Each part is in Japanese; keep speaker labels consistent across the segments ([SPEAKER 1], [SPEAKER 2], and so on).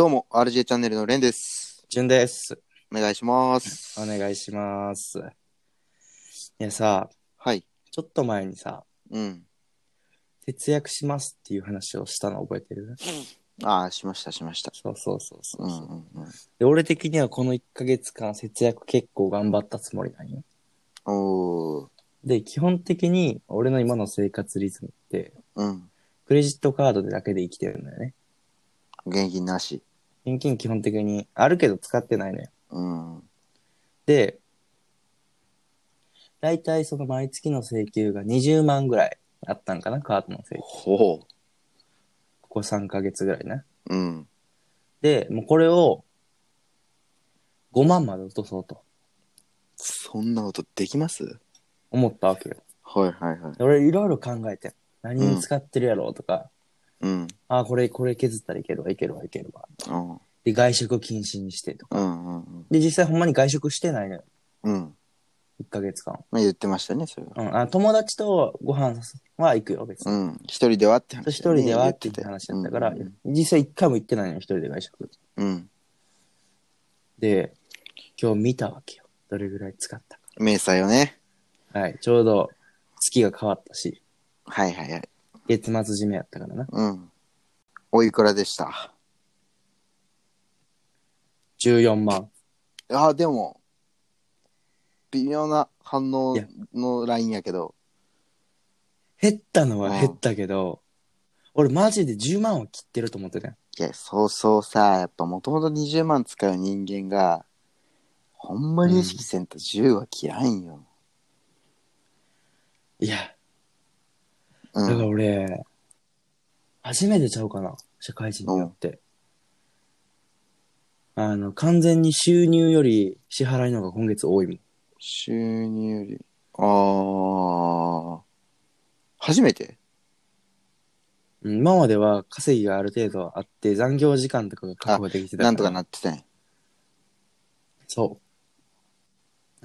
[SPEAKER 1] どうも、RJ チャンネルのレンです。
[SPEAKER 2] 順です。
[SPEAKER 1] お願いします。
[SPEAKER 2] お願いします。いやさ、
[SPEAKER 1] はい。
[SPEAKER 2] ちょっと前にさ、
[SPEAKER 1] うん。
[SPEAKER 2] 節約しますっていう話をしたの覚えてる？
[SPEAKER 1] ああ、しました、しました。
[SPEAKER 2] そうそうそうそう
[SPEAKER 1] うん
[SPEAKER 2] そう。
[SPEAKER 1] うんうん。
[SPEAKER 2] で、俺的にはこの1ヶ月間節約結構頑張ったつもりなんよ。
[SPEAKER 1] おー。
[SPEAKER 2] で、基本的に俺の今の生活リズムって、
[SPEAKER 1] うん。
[SPEAKER 2] クレジットカードでだけで生きてるんだよね。
[SPEAKER 1] 現金なし。
[SPEAKER 2] 現金基本的にあるけど使ってないのよ。
[SPEAKER 1] うん。
[SPEAKER 2] で、だいたいその毎月の請求が20万ぐらいあったんかな、カードの請求。
[SPEAKER 1] ほ
[SPEAKER 2] ここ3ヶ月ぐらいね。
[SPEAKER 1] う。うん。
[SPEAKER 2] で、もうこれを5万まで落とそうと
[SPEAKER 1] そんなことできます？
[SPEAKER 2] 思ったわけよ。
[SPEAKER 1] はいはいはい。
[SPEAKER 2] 俺いろいろ考えて、何に
[SPEAKER 1] うん。
[SPEAKER 2] 使ってるやろうとか、
[SPEAKER 1] うん。
[SPEAKER 2] あ、これ削ったらいけるわ、いけるわ、いけるわ。
[SPEAKER 1] うん。
[SPEAKER 2] で、外食禁止にしてとか。
[SPEAKER 1] うんうん。
[SPEAKER 2] で、実際ほんまに外食してないのよ。
[SPEAKER 1] うん。
[SPEAKER 2] 1ヶ月間。
[SPEAKER 1] まあ言ってましたね、それは。
[SPEAKER 2] うん。友達とご飯は行くよ、別に。
[SPEAKER 1] うん。一人ではって話だよね。
[SPEAKER 2] 一人では
[SPEAKER 1] 言ってたよ。
[SPEAKER 2] っていう話だ
[SPEAKER 1] うん
[SPEAKER 2] ったから、
[SPEAKER 1] うん
[SPEAKER 2] 実際1回も行ってないのよ、一人で外食。
[SPEAKER 1] うん。うん。
[SPEAKER 2] で、今日見たわけよ。どれぐらい使った
[SPEAKER 1] 明細よね。
[SPEAKER 2] か。はい。ちょうど月が変わったし、
[SPEAKER 1] はいはいはい。
[SPEAKER 2] 月末締めやったからな。
[SPEAKER 1] うん。おいくらでした？
[SPEAKER 2] 14万。
[SPEAKER 1] ああ、でも、微妙な反応
[SPEAKER 2] いや、
[SPEAKER 1] のラインやけど。
[SPEAKER 2] 減ったのは
[SPEAKER 1] うん。
[SPEAKER 2] 減ったけど、俺マジで10万は切ってると思ってたよ。
[SPEAKER 1] いや、そうそうさ、やっぱもともと20万使う人間が、ほんまに意識
[SPEAKER 2] うん。
[SPEAKER 1] せんと10は切らんよ。
[SPEAKER 2] いや、だから
[SPEAKER 1] うん。
[SPEAKER 2] 俺、初めてちゃうかな。社会人に
[SPEAKER 1] うん。
[SPEAKER 2] なって。完全に収入より支払いの方が今月多いもん。
[SPEAKER 1] 収入より、あー、初めて？
[SPEAKER 2] うん、今までは稼ぎがある程度あって残業時間とかが確
[SPEAKER 1] あ、
[SPEAKER 2] 保できてた
[SPEAKER 1] なんとか
[SPEAKER 2] から、
[SPEAKER 1] なってたんや。
[SPEAKER 2] そう。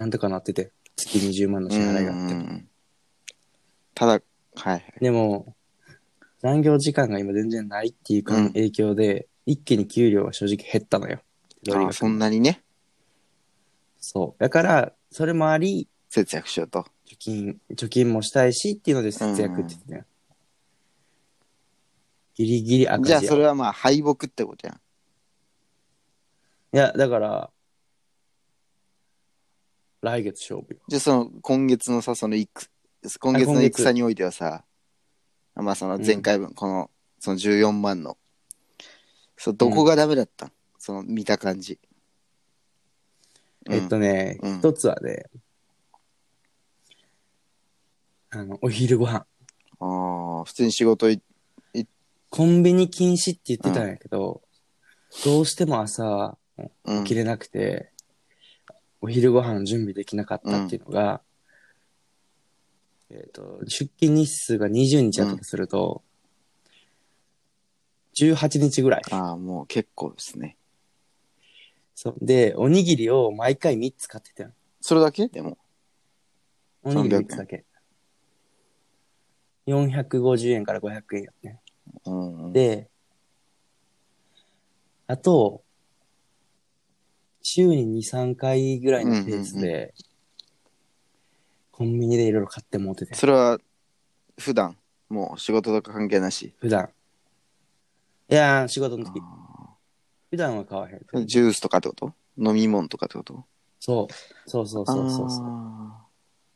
[SPEAKER 2] なんとかなってて、月20万の支
[SPEAKER 1] うん
[SPEAKER 2] 払いがあっても。
[SPEAKER 1] うん。ただ、はいはい。
[SPEAKER 2] でも、残業時間が今全然ないっていう
[SPEAKER 1] うん。
[SPEAKER 2] 影響で、一気に給料は正直減ったのよ。手取り
[SPEAKER 1] あー、そ
[SPEAKER 2] 額が。
[SPEAKER 1] んなにね、
[SPEAKER 2] そう。だから、それもあり、
[SPEAKER 1] 節約しようと。
[SPEAKER 2] 貯金もしたいしっていうので
[SPEAKER 1] う
[SPEAKER 2] 節約って
[SPEAKER 1] ん
[SPEAKER 2] 言ってたよ。ギリギリ
[SPEAKER 1] うん。じゃあ、
[SPEAKER 2] 赤字やわ。
[SPEAKER 1] それはまあ、敗北ってことやん。
[SPEAKER 2] いや、だから、来月勝負よ。
[SPEAKER 1] じゃあ、その、今月のさ、今
[SPEAKER 2] あ、
[SPEAKER 1] 月の
[SPEAKER 2] 今月。
[SPEAKER 1] 戦においてはさ、まあその
[SPEAKER 2] うん。
[SPEAKER 1] 前回分、その14万の、どこ
[SPEAKER 2] うん。
[SPEAKER 1] がダメだったん？その見た感じ。うん。うん。
[SPEAKER 2] 一つはね、お昼ご飯。
[SPEAKER 1] ああ、普通に仕事い、
[SPEAKER 2] コンビニ禁止って言っ
[SPEAKER 1] うん。
[SPEAKER 2] てたんやけど、どうしても朝
[SPEAKER 1] うん。
[SPEAKER 2] 起きれなくて、お昼ご飯準備できなかったって
[SPEAKER 1] うん。
[SPEAKER 2] いうのが、出勤日数が20日
[SPEAKER 1] うん。
[SPEAKER 2] だったとすると、18日ぐらい。
[SPEAKER 1] ああ、もう結構ですね。
[SPEAKER 2] そう。で、おにぎりを毎回3つ買ってたよ。
[SPEAKER 1] それだけでも、
[SPEAKER 2] おにぎり3
[SPEAKER 1] 300円。
[SPEAKER 2] つだけ。450円から500円やってん。
[SPEAKER 1] うん。うん。
[SPEAKER 2] で、あと、週に2、3回ぐらい
[SPEAKER 1] うん。
[SPEAKER 2] のペース
[SPEAKER 1] うん。
[SPEAKER 2] で、コンビニでいろいろ買って持ってて。
[SPEAKER 1] それは、普段、もう仕事とか関係なし。
[SPEAKER 2] 普段。いやー、仕事の時。
[SPEAKER 1] あ
[SPEAKER 2] 普段は買わへん、全然。
[SPEAKER 1] ジュースとかってこと？飲み物とかってこと？
[SPEAKER 2] そう。そうそう
[SPEAKER 1] あ
[SPEAKER 2] そうそうそう。
[SPEAKER 1] あ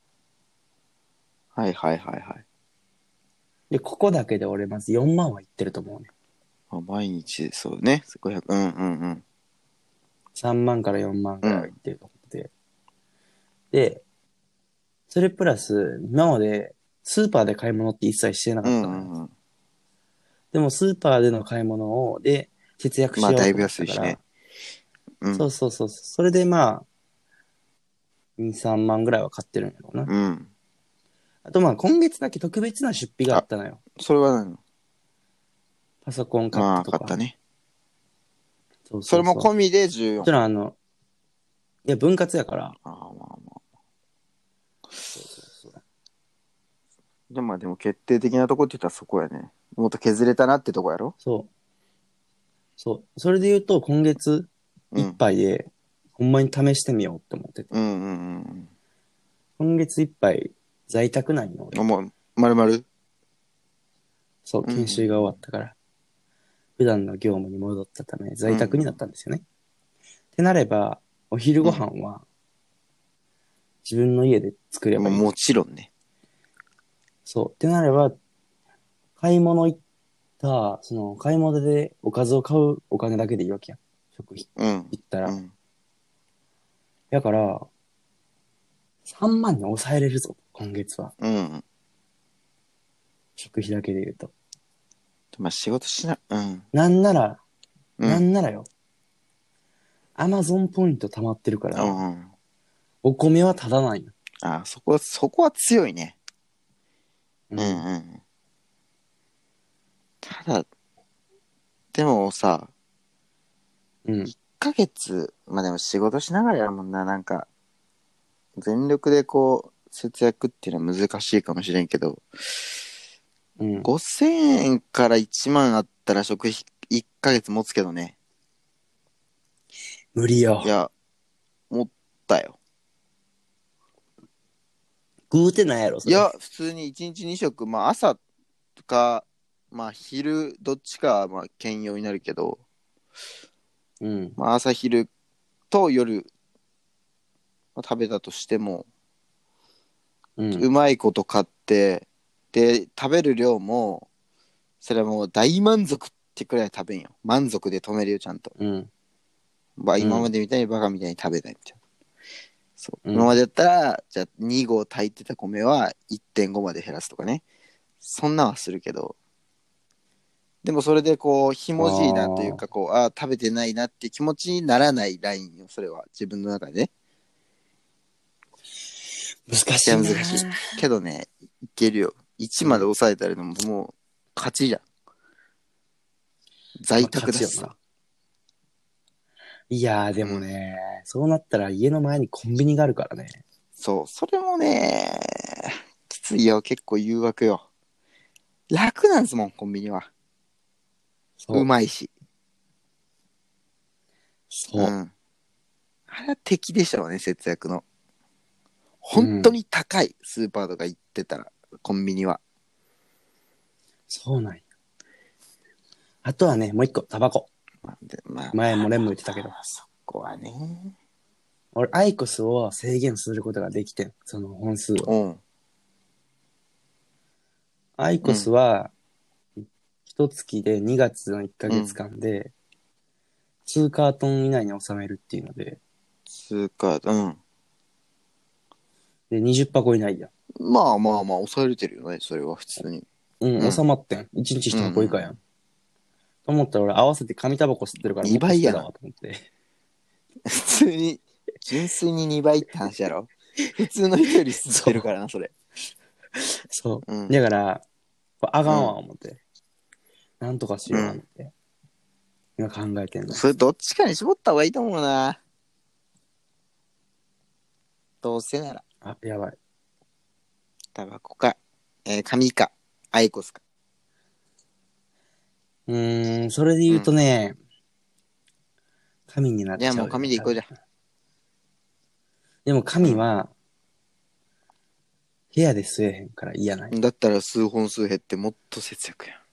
[SPEAKER 1] ー、はいはいはいはい。
[SPEAKER 2] で、ここだけで俺まず4万はいってると思うね。
[SPEAKER 1] まあ、毎日そうね。500、うんうんうん。
[SPEAKER 2] 3万から4万ぐらいはいっ
[SPEAKER 1] うん。
[SPEAKER 2] てると思って。で、それプラス、今までスーパーで買い物って一切してな
[SPEAKER 1] う
[SPEAKER 2] かったのよ。
[SPEAKER 1] んうんうん。
[SPEAKER 2] でもスーパーでの買い物で節約
[SPEAKER 1] まあ、だいぶ
[SPEAKER 2] しようと思っ
[SPEAKER 1] 安いしね。
[SPEAKER 2] たから、
[SPEAKER 1] うん。
[SPEAKER 2] そうそうそう。それでまあ、2、3万ぐらいは買ってるんやろうな。
[SPEAKER 1] うん。
[SPEAKER 2] あとまあ、今月だけ特別な出費があ
[SPEAKER 1] あ、
[SPEAKER 2] ったのよ。
[SPEAKER 1] それは何？
[SPEAKER 2] パソコン買っ
[SPEAKER 1] まあ、
[SPEAKER 2] たとか。
[SPEAKER 1] 買ったね。
[SPEAKER 2] そう
[SPEAKER 1] それ
[SPEAKER 2] そうそう。
[SPEAKER 1] も込みで
[SPEAKER 2] もち
[SPEAKER 1] 14。
[SPEAKER 2] ろんいや、分割やから。
[SPEAKER 1] ああ、まあまあ。
[SPEAKER 2] そうそうそう。
[SPEAKER 1] でも決定的なとこって言ったらそこやね。もっと削れたなってとこやろ？
[SPEAKER 2] そう。 そう。それで言うと、今月いっ
[SPEAKER 1] うん。
[SPEAKER 2] ぱいで、ほんまに試してみようって思ってて。
[SPEAKER 1] うんうん
[SPEAKER 2] 今月いっぱい在宅なんよ、
[SPEAKER 1] うん。
[SPEAKER 2] 俺。
[SPEAKER 1] もう、まるまる。
[SPEAKER 2] そう、
[SPEAKER 1] うんう
[SPEAKER 2] 研修が終わっ
[SPEAKER 1] ん
[SPEAKER 2] たから、普段の業務に戻ったため、
[SPEAKER 1] うん。
[SPEAKER 2] 在宅になったんですよね。ってなれば、お昼ご
[SPEAKER 1] うん
[SPEAKER 2] 飯は自分の家で作れ
[SPEAKER 1] うん。
[SPEAKER 2] ばいい。
[SPEAKER 1] もちろんね。
[SPEAKER 2] そう。ってなれば、買い物行った、買い物でおかずを買うお金だけでいいわけやん。食費
[SPEAKER 1] うん。
[SPEAKER 2] 行ったら。
[SPEAKER 1] うん。
[SPEAKER 2] だから、3万に抑えれるぞ、今月は。
[SPEAKER 1] うん。
[SPEAKER 2] 食費だけで言うと。
[SPEAKER 1] まあ仕事しな、うん。
[SPEAKER 2] なんなら、
[SPEAKER 1] うん。
[SPEAKER 2] なんならよ。アマゾンポイント溜まってるか
[SPEAKER 1] う
[SPEAKER 2] ら、
[SPEAKER 1] ん。
[SPEAKER 2] お米はタダなんよ。
[SPEAKER 1] あ、そこは強いね。うんう
[SPEAKER 2] うん。
[SPEAKER 1] ん。ただ、でもさ、
[SPEAKER 2] うん。
[SPEAKER 1] 1ヶ月、まあでも仕事しながらやるもんな、なんか、全力でこう、節約っていうのは難しいかもしれんけど、
[SPEAKER 2] うん。
[SPEAKER 1] 5000円から1万あったら食費1ヶ月持つけどね。
[SPEAKER 2] 無理よ。
[SPEAKER 1] いや、持ったよ。
[SPEAKER 2] 食うてないやろ、それ。
[SPEAKER 1] いや、普通に1日2食、まあ朝か、まあ昼、どっちかはまあ兼用になるけど、
[SPEAKER 2] うん。
[SPEAKER 1] まあ朝昼と夜、食べたとしても、
[SPEAKER 2] うん。
[SPEAKER 1] うまいこと買って、で、食べる量も、それはもう大満足ってくらい食べんよ。満足で止めるよ、ちゃんと。
[SPEAKER 2] うん。
[SPEAKER 1] まあ
[SPEAKER 2] うん。
[SPEAKER 1] 今までみたいにバカみたいに食べないみたいな。そう。
[SPEAKER 2] うん。
[SPEAKER 1] 今までやったら、じゃあ2合炊いてた米は1.5まで減らすとかね。そんなんはするけど、でもそれでこう、ひ
[SPEAKER 2] あ
[SPEAKER 1] もじいなというか、
[SPEAKER 2] あ。
[SPEAKER 1] こう、ああ、食べてないなっていう気持ちにならないラインよ、それは。自分の中でね。いや、
[SPEAKER 2] 難しいな
[SPEAKER 1] 難しい。けどね、いけるよ。1まで
[SPEAKER 2] うん。
[SPEAKER 1] 抑えたらでももう、勝ちじゃん。在
[SPEAKER 2] まあ、勝ちよな。
[SPEAKER 1] 宅だしさ。
[SPEAKER 2] いやー、で
[SPEAKER 1] うん。
[SPEAKER 2] もね、そうなったら家の前にコンビニがあるからね。
[SPEAKER 1] そう、それもね、きついよ。結構誘惑よ。楽なんすもん、コンビニは。う
[SPEAKER 2] そう。
[SPEAKER 1] まいし。う
[SPEAKER 2] そ
[SPEAKER 1] ん。あれは敵でしょうね、節約の。
[SPEAKER 2] う。う
[SPEAKER 1] 本当
[SPEAKER 2] ん。
[SPEAKER 1] に高い、スーパーとか行ってたら、コンビニは。
[SPEAKER 2] そうなんや。あとはね、もう一個、タバコ。前もレンも言ってたけど。
[SPEAKER 1] そこはね。
[SPEAKER 2] 俺、アイコスを制限することができてん。その本数を。
[SPEAKER 1] うん。
[SPEAKER 2] アイコス
[SPEAKER 1] うん。
[SPEAKER 2] は、一月で2月の1ヶ
[SPEAKER 1] うん。
[SPEAKER 2] 月間で、2カートン以内に収めるっていうので、
[SPEAKER 1] スーパー、うん。
[SPEAKER 2] で、20箱以内やん。
[SPEAKER 1] まあまあまあ、抑えれてるよね、それは普通に。
[SPEAKER 2] うん、収
[SPEAKER 1] うん。
[SPEAKER 2] まってん。1日1
[SPEAKER 1] うんうん。
[SPEAKER 2] 箱以下やん。と思ったら俺合わせて紙タバコ吸ってるからもっと
[SPEAKER 1] 2倍やん。
[SPEAKER 2] 吸ってたわと思って。
[SPEAKER 1] 普通に、純粋に2倍って話やろ。普通の人より吸っ
[SPEAKER 2] そう。
[SPEAKER 1] てるからな、それ。
[SPEAKER 2] そう。
[SPEAKER 1] うん。
[SPEAKER 2] だから、これあかんわ
[SPEAKER 1] うん。
[SPEAKER 2] 思って。なんとかし
[SPEAKER 1] うん。
[SPEAKER 2] よう思って。今考えてんの。
[SPEAKER 1] それどっちかに絞った方がいいと思うな。どうせなら。
[SPEAKER 2] あ、やばい。
[SPEAKER 1] タバコか、紙か、アイコスか。
[SPEAKER 2] それで言うと
[SPEAKER 1] うん。
[SPEAKER 2] ね、紙になっ
[SPEAKER 1] じゃあもう
[SPEAKER 2] ちゃうよね、多分。
[SPEAKER 1] 紙でいこうじゃ
[SPEAKER 2] でも紙
[SPEAKER 1] ん。
[SPEAKER 2] は、部屋で吸えへんから嫌ない。
[SPEAKER 1] うん。だったら数本数減ってもっと節約やん。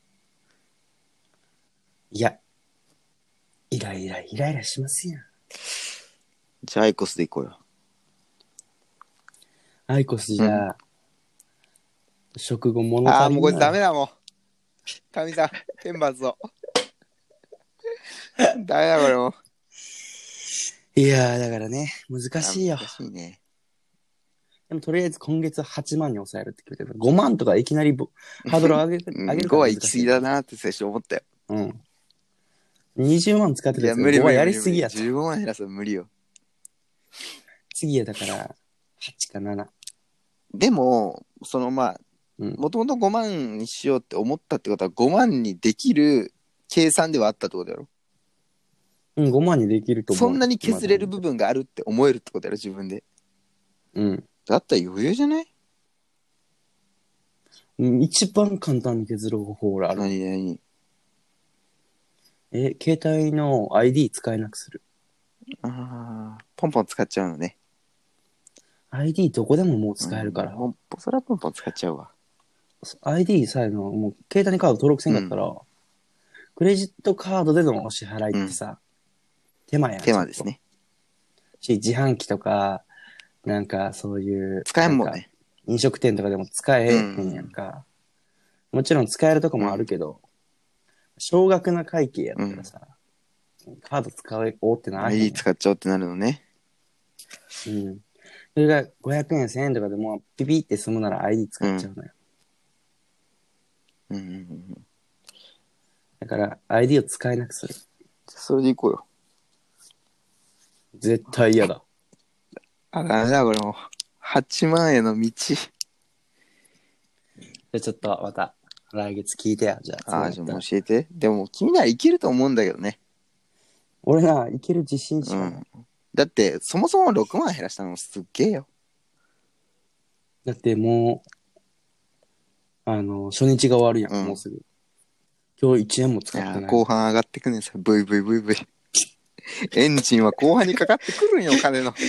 [SPEAKER 2] いや、イライラしますやん。
[SPEAKER 1] じゃあアイコスでいこうよ。
[SPEAKER 2] アイコス
[SPEAKER 1] うん。
[SPEAKER 2] じゃあ、食後物
[SPEAKER 1] ああ、
[SPEAKER 2] 足
[SPEAKER 1] もうこれ
[SPEAKER 2] りんのよ。
[SPEAKER 1] ダメだもん。神さん、天罰を。ダメだこれもう。
[SPEAKER 2] いやー、だからね、難
[SPEAKER 1] あ、
[SPEAKER 2] しいよ。
[SPEAKER 1] 難しいね。
[SPEAKER 2] でもとりあえず今月は8万に抑えるって決めてる。5万とかいきなりハードル上げ
[SPEAKER 1] うん、5
[SPEAKER 2] るから難
[SPEAKER 1] は行き過ぎ
[SPEAKER 2] しいよね。
[SPEAKER 1] だなって最初思ったよ。
[SPEAKER 2] うん。20万使って
[SPEAKER 1] いや、
[SPEAKER 2] たやつが
[SPEAKER 1] 無理
[SPEAKER 2] 5はやり
[SPEAKER 1] 無理無理無理。
[SPEAKER 2] すぎやと。
[SPEAKER 1] 15万減らすの無理よ。
[SPEAKER 2] 次はだから8か7。
[SPEAKER 1] でも、そのまあ、
[SPEAKER 2] うん。
[SPEAKER 1] もともと5万にしようって思ったってことは5万にできる計算ではあったってことやろ。
[SPEAKER 2] うん、5万にできると思うよ。
[SPEAKER 1] そんなに
[SPEAKER 2] 今
[SPEAKER 1] 削れる部分があるって思えるってことやろ、自分で。
[SPEAKER 2] うん。
[SPEAKER 1] だったら余裕じゃない？
[SPEAKER 2] うん。一番簡単に削る方法俺あるわ。
[SPEAKER 1] 何何？
[SPEAKER 2] 携帯の ID 使えなくする。
[SPEAKER 1] ああ、ポンポン使っちゃうのね。
[SPEAKER 2] ID どこでももう
[SPEAKER 1] うん、
[SPEAKER 2] 使えるから。
[SPEAKER 1] もう、それはポンポン使っちゃうわ。
[SPEAKER 2] ID さえの、もう携帯にカード登録せんかったら、クレジットカードでのお支払いってさ、手間やん、ちょっと。
[SPEAKER 1] 手間ですね。
[SPEAKER 2] 自販機とか、なんかそういう、
[SPEAKER 1] 使えんもん
[SPEAKER 2] なんか
[SPEAKER 1] ね。
[SPEAKER 2] 飲食店とかでも使えへんやんか。もちろん使えるとこもあるけど、少額な会計やったらさ、カード使おうってならへん
[SPEAKER 1] ID
[SPEAKER 2] やん。
[SPEAKER 1] 使っちゃおうってなるのね。
[SPEAKER 2] うん。それが500円、1000円とかでもピピって済むなら ID 使っちゃうのよ。
[SPEAKER 1] うんうんうん。
[SPEAKER 2] だから ID を使えなくする。
[SPEAKER 1] それでいこうよ。
[SPEAKER 2] 絶対嫌だ。
[SPEAKER 1] あ、ダメだ、これもう。8万円の道。
[SPEAKER 2] じゃあちょっとまた来月聞いてや。じゃあ
[SPEAKER 1] ああ、じゃあも
[SPEAKER 2] 次やったら。
[SPEAKER 1] う教えて。でも、君ならいけると思うんだけどね。
[SPEAKER 2] 俺ないける自信しかない。
[SPEAKER 1] だって、そもそも6万減らしたのすっげえよ。
[SPEAKER 2] だってもう、初日が終わるやん、もうすぐ。今日1円も
[SPEAKER 1] いやー、
[SPEAKER 2] 使ってない。
[SPEAKER 1] 後半上がってくねんさ。ブイブイブイブイ。エンジンは後半にかかってくるんよ、金の。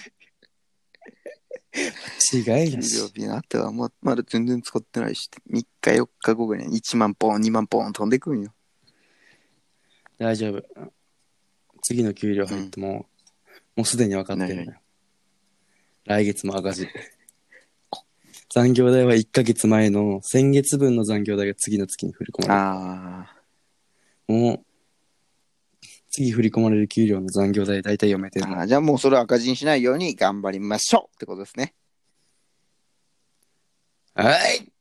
[SPEAKER 2] 違い
[SPEAKER 1] 給料
[SPEAKER 2] なし。
[SPEAKER 1] 日の後はまだ全然使ってないし、3日4日後ぐらいに1万ポン、2万ポン飛んでくんよ。
[SPEAKER 2] 大丈夫。次の給料入っても、もうすでに分かってるのよ。来月も赤字。残業代は1ヶ月前の先月分の残業代が次の月に振り込まれる。
[SPEAKER 1] あ
[SPEAKER 2] もう、次振り込まれる給料の残業代大体読めてるの。
[SPEAKER 1] じゃあもうそれを赤字にしないように頑張りましょうってことですね。
[SPEAKER 2] はい